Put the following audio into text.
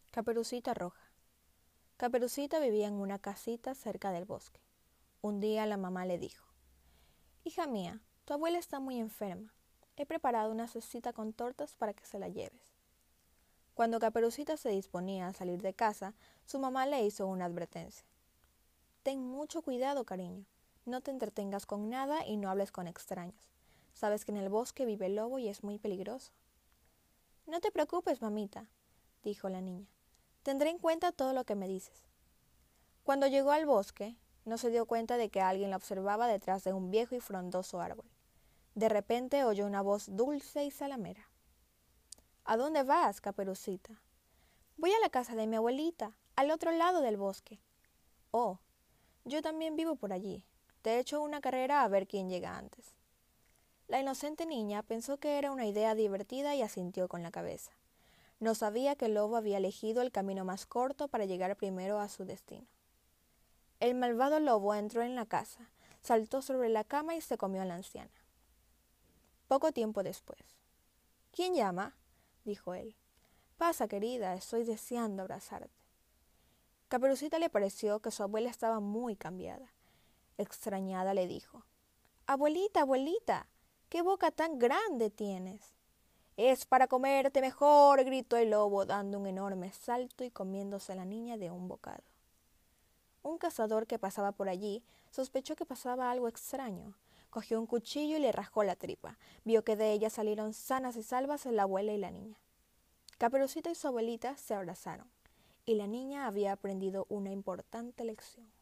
Caperucita Roja. Caperucita vivía en una casita cerca del bosque. Un día la mamá le dijo: «Hija mía, tu abuela está muy enferma. He preparado una cestita con tortas para que se la lleves». Cuando Caperucita se disponía a salir de casa, su mamá le hizo una advertencia: «Ten mucho cuidado, cariño. No te entretengas con nada y no hables con extraños. Sabes que en el bosque vive el lobo y es muy peligroso». «No te preocupes, mamita», dijo la niña. «Tendré en cuenta todo lo que me dices». Cuando llegó al bosque, no se dio cuenta de que alguien la observaba detrás de un viejo y frondoso árbol. De repente oyó una voz dulce y salamera. «¿A dónde vas, Caperucita?» «Voy a la casa de mi abuelita, al otro lado del bosque». «Oh, yo también vivo por allí. Te he hecho una carrera a ver quién llega antes». La inocente niña pensó que era una idea divertida y asintió con la cabeza. No sabía que el lobo había elegido el camino más corto para llegar primero a su destino. El malvado lobo entró en la casa, saltó sobre la cama y se comió a la anciana. Poco tiempo después: «¿Quién llama?», dijo él. «Pasa, querida, estoy deseando abrazarte». Caperucita le pareció que su abuela estaba muy cambiada. Extrañada le dijo: «Abuelita, abuelita, ¿qué boca tan grande tienes?». «Es para comerte mejor», gritó el lobo, dando un enorme salto y comiéndose a la niña de un bocado. Un cazador que pasaba por allí sospechó que pasaba algo extraño. Cogió un cuchillo y le rajó la tripa. Vio que de ella salieron sanas y salvas la abuela y la niña. Caperucita y su abuelita se abrazaron, y la niña había aprendido una importante lección.